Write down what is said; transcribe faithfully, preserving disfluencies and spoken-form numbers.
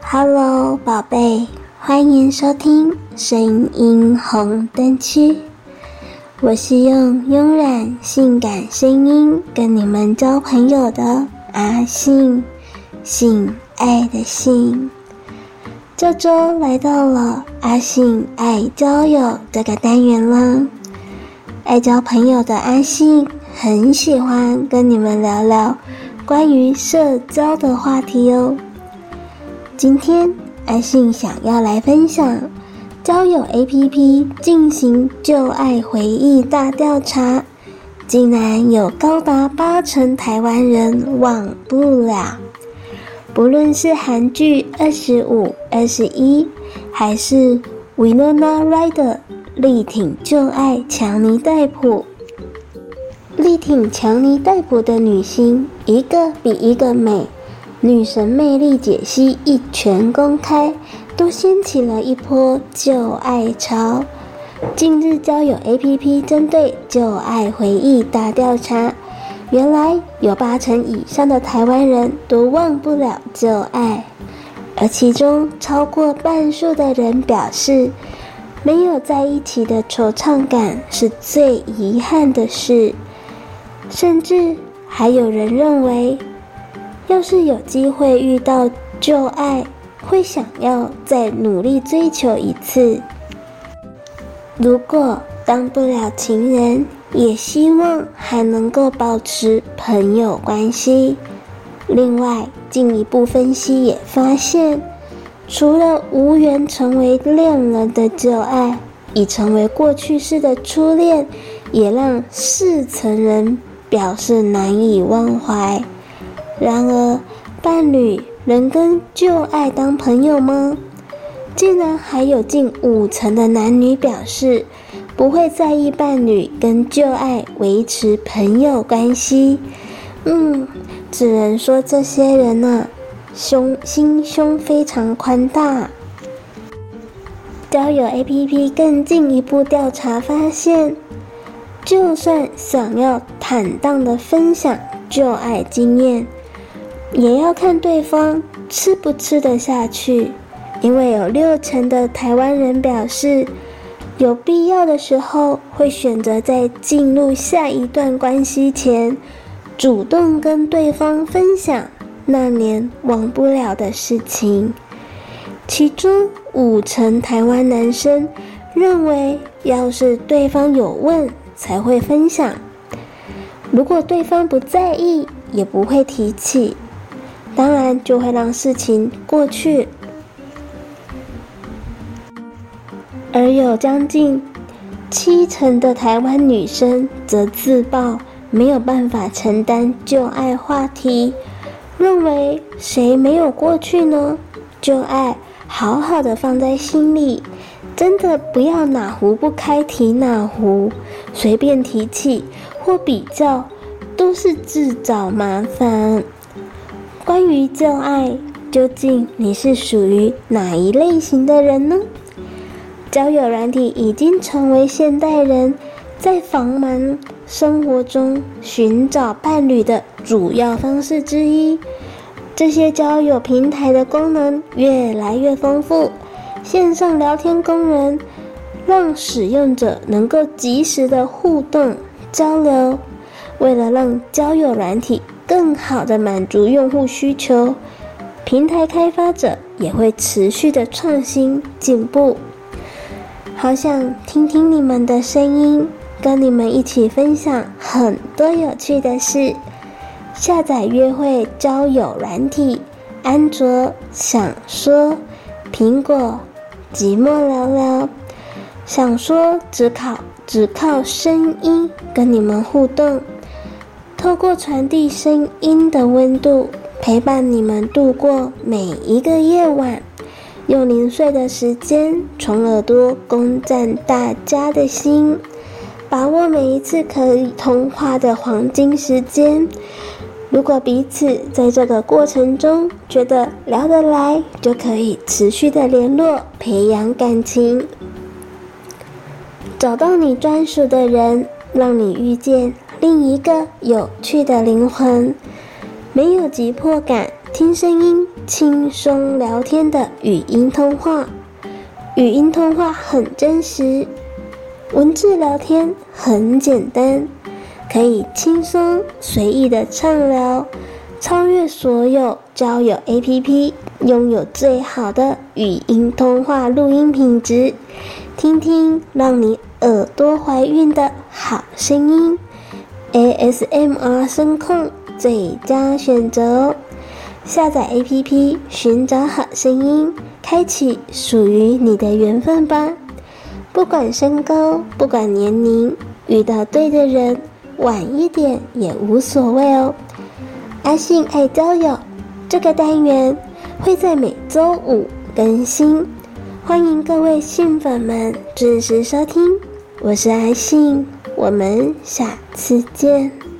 Hello， 宝贝，欢迎收听声音红灯区。我是用慵懒性感声音跟你们交朋友的阿性，性爱的性。这周来到了阿性爱交友这个单元了。爱交朋友的阿性很喜欢跟你们聊聊关于社交的话题哦。今天阿性想要来分享交友 A P P 进行旧爱回忆大调查，竟然有高达八成台湾人忘不了。不论是韩剧二十五、二十一，还是 Winona Ryder 力挺旧爱强尼戴普，力挺强尼戴普的女星一个比一个美，女神魅力解析一拳公开，都掀起了一波旧爱潮。近日交友 A P P 针对旧爱回忆大调查，原来有八成以上的台湾人都忘不了旧爱，而其中超过半数的人表示，没有在一起的惆怅感是最遗憾的事，甚至还有人认为，要是有机会遇到旧爱，会想要再努力追求一次。如果当不了情人，也希望还能够保持朋友关系。另外，进一步分析也发现，除了无缘成为恋人的旧爱，已成为过去式的初恋，也让四成人表示难以忘怀。然而，伴侣能跟旧爱当朋友吗？竟然还有近五成的男女表示不会在意伴侣跟旧爱维持朋友关系。嗯，只能说这些人啊，胸心胸非常宽大。交友 A P P 更进一步调查发现，就算想要坦荡地分享旧爱经验，也要看对方吃不吃得下去。因为有六成的台湾人表示，有必要的时候会选择在进入下一段关系前，主动跟对方分享那年忘不了的事情。其中五成台湾男生认为，要是对方有问才会分享，如果对方不在意也不会提起，当然就会让事情过去。而有将近七成的台湾女生则自曝没有办法承担旧爱话题，认为谁没有过去呢？旧爱好好的放在心里，真的不要哪壶不开提哪壶，随便提起或比较都是自找麻烦。关于旧爱，究竟你是属于哪一类型的人呢？交友软体已经成为现代人在繁忙生活中寻找伴侣的主要方式之一。这些交友平台的功能越来越丰富，线上聊天功能让使用者能够及时的互动交流。为了让交友软体更好的满足用户需求，平台开发者也会持续的创新进步。好想听听你们的声音，跟你们一起分享很多有趣的事。下载约会交友软体，安卓想说，苹果寂寞聊聊。想说只靠只靠声音跟你们互动，透过传递声音的温度，陪伴你们度过每一个夜晚。用零碎的时间从耳朵攻占大家的心，把握每一次可以通话的黄金时间。如果彼此在这个过程中觉得聊得来，就可以持续的联络，培养感情。找到你专属的人，让你遇见另一个有趣的灵魂。没有急迫感，听声音轻松聊天的语音通话。语音通话很真实，文字聊天很简单，可以轻松随意的畅聊，超越所有交友 A P P， 拥有最好的语音通话录音品质，听听让你耳朵怀孕的好声音， A S M R 声控最佳选择哦。下载 A P P 寻找好声音，开启属于你的缘分吧。不管身高，不管年龄，遇到对的人，晚一点也无所谓哦。阿信爱交友这个单元会在每周五更新，欢迎各位信粉们准时收听。我是阿信，我们下次见。